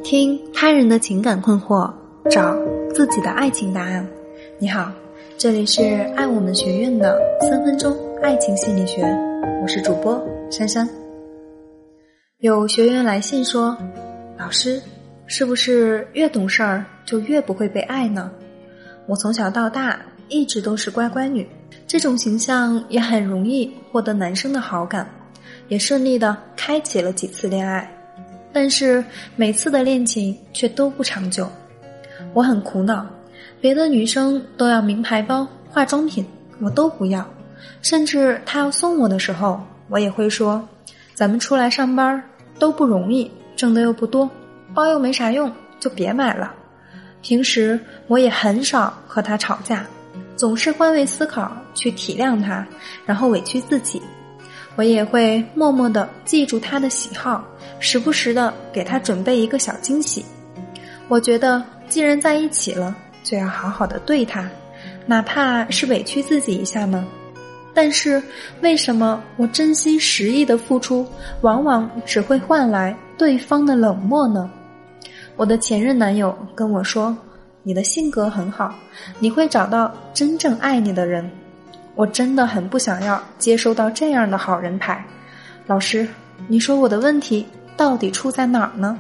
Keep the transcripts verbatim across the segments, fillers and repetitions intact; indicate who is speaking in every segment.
Speaker 1: 听他人的情感困惑，找自己的爱情答案。你好，这里是爱我们学院的三分钟爱情心理学，我是主播珊珊。有学员来信说，老师，是不是越懂事儿就越不会被爱呢？我从小到大一直都是乖乖女，这种形象也很容易获得男生的好感，也顺利的开启了几次恋爱，但是每次的恋情却都不长久。我很苦恼，别的女生都要名牌包、化妆品，我都不要，甚至她要送我的时候，我也会说，咱们出来上班都不容易，挣的又不多，包又没啥用，就别买了。平时我也很少和她吵架，总是换位思考去体谅她，然后委屈自己。我也会默默地记住她的喜好，时不时地给她准备一个小惊喜。我觉得既然在一起了，就要好好的对她，哪怕是委屈自己一下呢。但是为什么我真心实意的付出，往往只会换来对方的冷漠呢？我的前任男友跟我说，你的性格很好，你会找到真正爱你的人。我真的很不想要接收到这样的好人牌。老师，你说我的问题到底出在哪儿呢？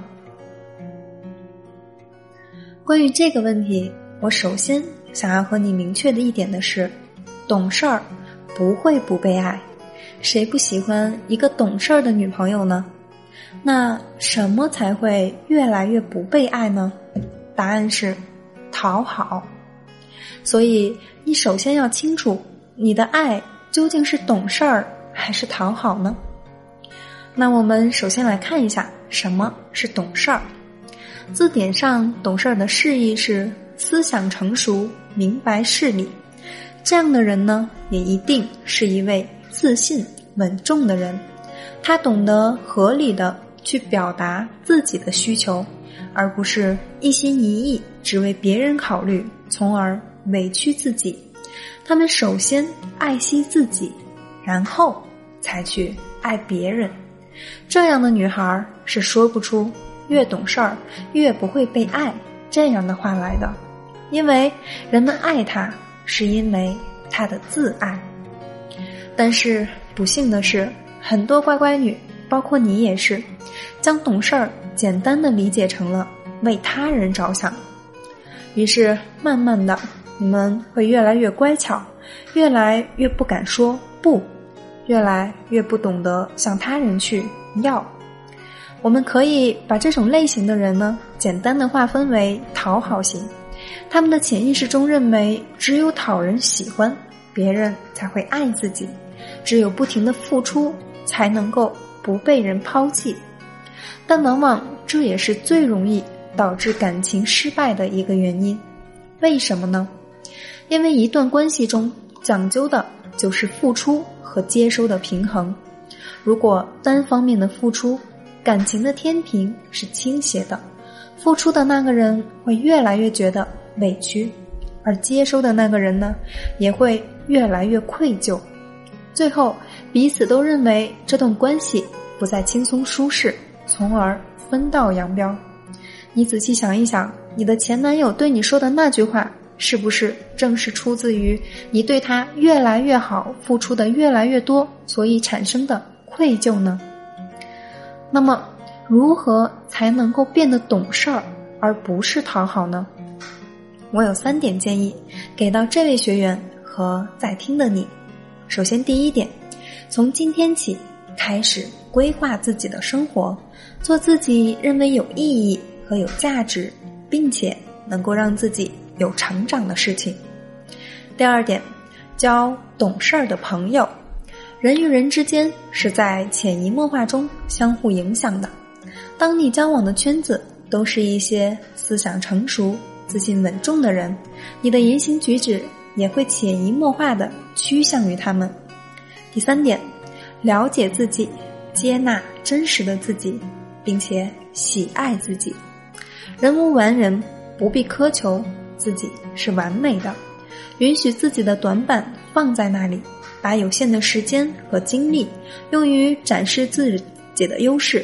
Speaker 1: 关于这个问题，我首先想要和你明确的一点的是，懂事儿不会不被爱，谁不喜欢一个懂事儿的女朋友呢？那什么才会越来越不被爱呢？答案是讨好。所以你首先要清楚，你的爱究竟是懂事儿还是讨好呢？那我们首先来看一下什么是懂事儿。字典上懂事儿的释义是思想成熟，明白事理。这样的人呢，也一定是一位自信稳重的人，他懂得合理的去表达自己的需求，而不是一心一意只为别人考虑，从而委屈自己。他们首先爱惜自己，然后才去爱别人。这样的女孩是说不出越懂事儿越不会被爱这样的话来的，因为人们爱她是因为她的自爱。但是不幸的是，很多乖乖女，包括你也是，将懂事儿简单的理解成了为他人着想，于是慢慢的你们会越来越乖巧，越来越不敢说不，越来越不懂得向他人去要。我们可以把这种类型的人呢，简单的划分为讨好型。他们的潜意识中认为，只有讨人喜欢，别人才会爱自己，只有不停的付出，才能够不被人抛弃。但往往这也是最容易导致感情失败的一个原因。为什么呢？因为一段关系中讲究的就是付出和接收的平衡。如果单方面的付出，感情的天平是倾斜的，付出的那个人会越来越觉得委屈，而接收的那个人呢，也会越来越愧疚。最后彼此都认为这段关系不再轻松舒适，从而分道扬镳。你仔细想一想，你的前男友对你说的那句话，是不是正是出自于你对他越来越好，付出的越来越多，所以产生的愧疚呢？那么如何才能够变得懂事儿而不是讨好呢？我有三点建议给到这位学员和在听的你。首先第一点，从今天起开始规划自己的生活，做自己认为有意义和有价值，并且能够让自己有成长的事情。第二点，交懂事儿的朋友。人与人之间是在潜移默化中相互影响的。当你交往的圈子都是一些思想成熟、自信稳重的人，你的言行举止也会潜移默化地趋向于他们。第三点，了解自己，接纳真实的自己，并且喜爱自己。人无完人，不必苛求自己是完美的，允许自己的短板放在那里，把有限的时间和精力用于展示自己的优势，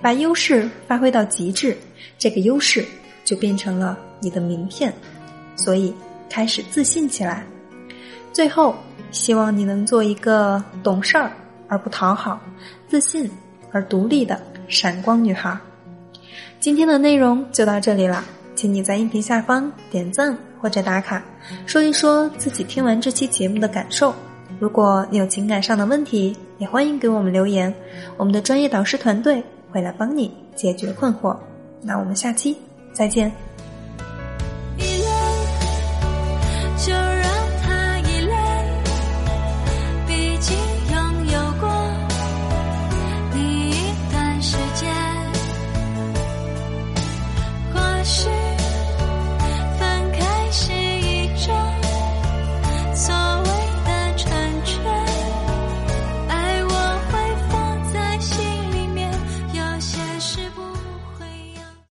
Speaker 1: 把优势发挥到极致，这个优势就变成了你的名片。所以开始自信起来。最后，希望你能做一个懂事儿而不讨好，自信而独立的闪光女孩。今天的内容就到这里了，请你在音频下方点赞或者打卡，说一说自己听完这期节目的感受。如果你有情感上的问题，也欢迎给我们留言，我们的专业导师团队会来帮你解决困惑。那我们下期再见。